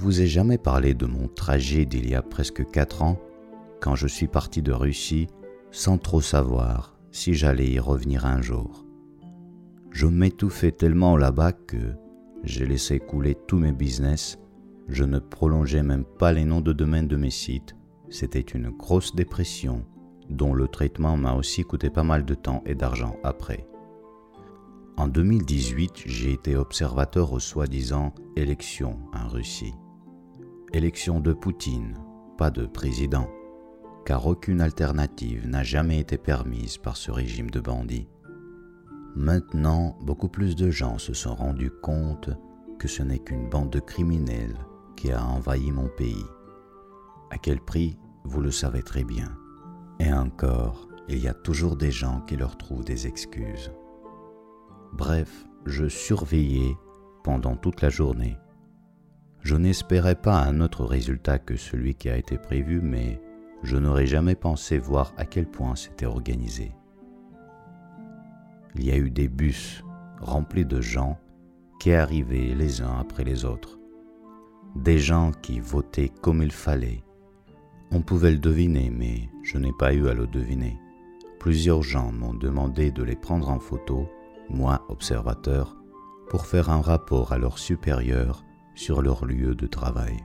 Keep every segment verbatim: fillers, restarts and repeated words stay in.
vous ai jamais parlé de mon trajet d'il y a presque quatre ans, quand je suis parti de Russie sans trop savoir si j'allais y revenir un jour. Je m'étouffais tellement là-bas que j'ai laissé couler tous mes business, je ne prolongeais même pas les noms de domaine de mes sites, c'était une grosse dépression dont le traitement m'a aussi coûté pas mal de temps et d'argent après. En deux mille dix-huit, j'ai été observateur aux soi-disant élections en Russie. Élections de Poutine, pas de président, car aucune alternative n'a jamais été permise par ce régime de bandits. Maintenant, beaucoup plus de gens se sont rendus compte que ce n'est qu'une bande de criminels qui a envahi mon pays. À quel prix, vous le savez très bien. Et encore, il y a toujours des gens qui leur trouvent des excuses. Bref, je surveillais pendant toute la journée. Je n'espérais pas un autre résultat que celui qui a été prévu, mais je n'aurais jamais pensé voir à quel point c'était organisé. Il y a eu des bus remplis de gens qui arrivaient les uns après les autres. Des gens qui votaient comme il fallait. On pouvait le deviner, mais je n'ai pas eu à le deviner. Plusieurs gens m'ont demandé de les prendre en photo, moi, observateur, pour faire un rapport à leurs supérieurs sur leur lieu de travail.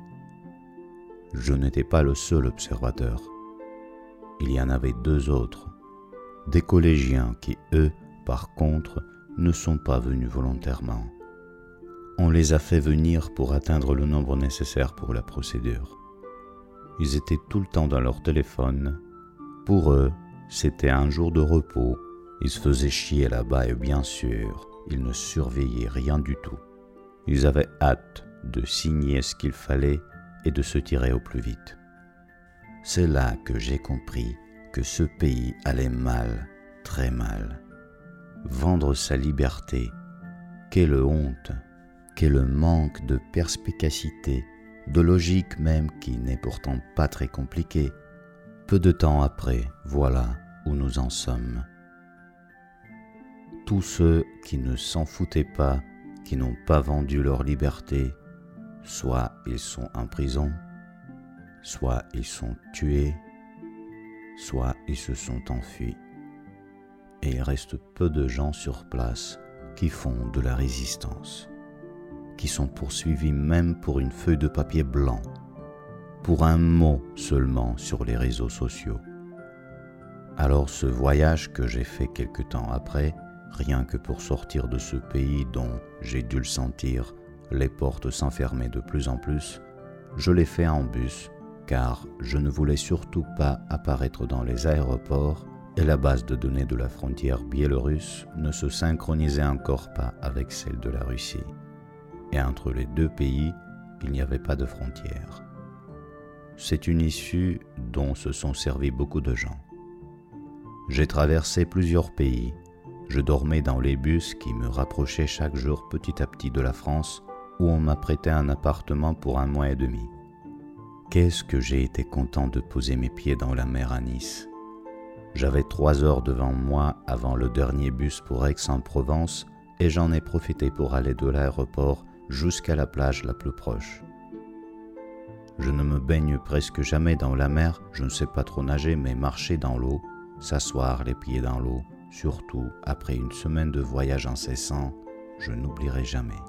Je n'étais pas le seul observateur. Il y en avait deux autres, des collégiens qui, eux, par contre, ne sont pas venus volontairement. On les a fait venir pour atteindre le nombre nécessaire pour la procédure. Ils étaient tout le temps dans leur téléphone. Pour eux, c'était un jour de repos. Ils se faisaient chier là-bas et bien sûr, ils ne surveillaient rien du tout. Ils avaient hâte de signer ce qu'il fallait et de se tirer au plus vite. C'est là que j'ai compris que ce pays allait mal, très mal. Vendre sa liberté, quelle honte, quel manque de perspicacité, de logique même qui n'est pourtant pas très compliquée. Peu de temps après, voilà où nous en sommes. Tous ceux qui ne s'en foutaient pas, qui n'ont pas vendu leur liberté, soit ils sont en prison, soit ils sont tués, soit ils se sont enfuis. Et il reste peu de gens sur place qui font de la résistance, qui sont poursuivis même pour une feuille de papier blanc, pour un mot seulement sur les réseaux sociaux. Alors ce voyage que j'ai fait quelque temps après, rien que pour sortir de ce pays dont j'ai dû le sentir, les portes s'enfermer de plus en plus, je l'ai fait en bus, car je ne voulais surtout pas apparaître dans les aéroports et la base de données de la frontière biélorusse ne se synchronisait encore pas avec celle de la Russie. Et entre les deux pays, il n'y avait pas de frontière. C'est une issue dont se sont servis beaucoup de gens. J'ai traversé plusieurs pays. Je dormais dans les bus qui me rapprochaient chaque jour petit à petit de la France, où on m'a prêté un appartement pour un mois et demi. Qu'est-ce que j'ai été content de poser mes pieds dans la mer à Nice. J'avais trois heures devant moi avant le dernier bus pour Aix-en-Provence et j'en ai profité pour aller de l'aéroport jusqu'à la plage la plus proche. Je ne me baigne presque jamais dans la mer, je ne sais pas trop nager, mais marcher dans l'eau, s'asseoir les pieds dans l'eau, surtout après une semaine de voyage incessant, je n'oublierai jamais.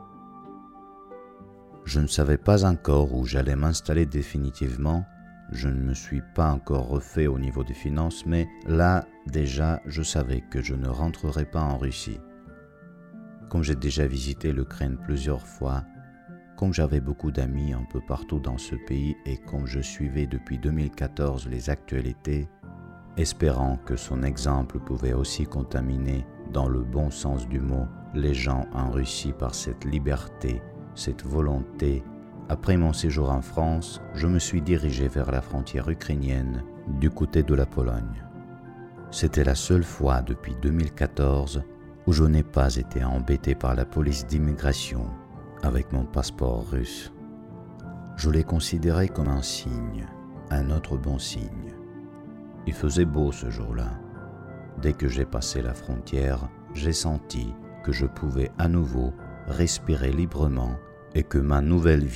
Je ne savais pas encore où j'allais m'installer définitivement, je ne me suis pas encore refait au niveau des finances, mais là, déjà, je savais que je ne rentrerais pas en Russie. Comme j'ai déjà visité l'Ukraine plusieurs fois, comme j'avais beaucoup d'amis un peu partout dans ce pays et comme je suivais depuis deux mille quatorze les actualités, espérant que son exemple pouvait aussi contaminer, dans le bon sens du mot, les gens en Russie par cette liberté, cette volonté, après mon séjour en France, je me suis dirigé vers la frontière ukrainienne du côté de la Pologne. C'était la seule fois depuis deux mille quatorze où je n'ai pas été embêté par la police d'immigration avec mon passeport russe. Je l'ai considéré comme un signe, un autre bon signe. Il faisait beau ce jour-là. Dès que j'ai passé la frontière, j'ai senti que je pouvais à nouveau respirer librement et que ma nouvelle vie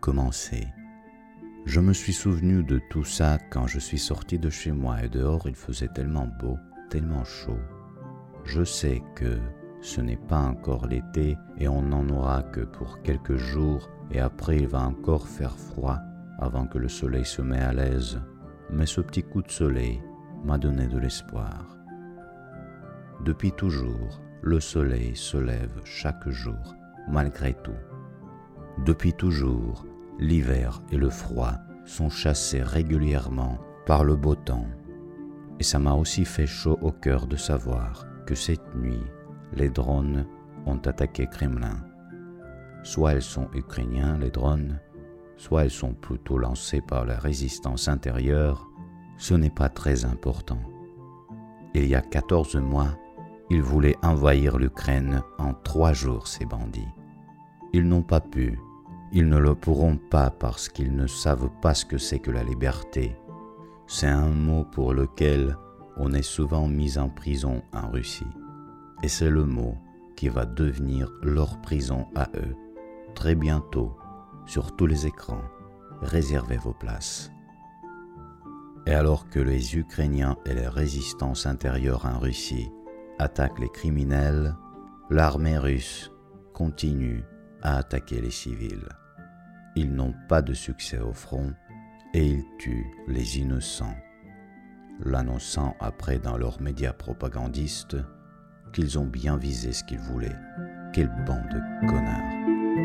commencer. Je me suis souvenu de tout ça quand je suis sorti de chez moi et dehors il faisait tellement beau, tellement chaud. Je sais que ce n'est pas encore l'été et on n'en aura que pour quelques jours et après il va encore faire froid avant que le soleil se mette à l'aise. Mais ce petit coup de soleil m'a donné de l'espoir. Depuis toujours, le soleil se lève chaque jour, malgré tout. Depuis toujours, l'hiver et le froid sont chassés régulièrement par le beau temps. Et ça m'a aussi fait chaud au cœur de savoir que cette nuit, les drones ont attaqué Kremlin. Soit elles sont ukrainiens, les drones, soit elles sont plutôt lancées par la résistance intérieure, ce n'est pas très important. Il y a quatorze mois, ils voulaient envahir l'Ukraine en trois jours, ces bandits. Ils n'ont pas pu, ils ne le pourront pas parce qu'ils ne savent pas ce que c'est que la liberté. C'est un mot pour lequel on est souvent mis en prison en Russie. Et c'est le mot qui va devenir leur prison à eux. Très bientôt, sur tous les écrans, réservez vos places. Et alors que les Ukrainiens et les résistances intérieures en Russie attaquent les criminels, l'armée russe continue à attaquer les civils. Ils n'ont pas de succès au front et ils tuent les innocents, l'annonçant après dans leurs médias propagandistes qu'ils ont bien visé ce qu'ils voulaient. Quelle bande de connards!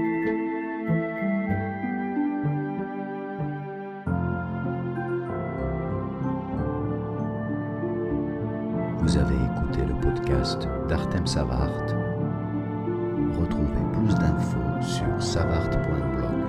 Vous avez écouté le podcast d'Artem Savart. Retrouvez plus d'infos sur savart point blog.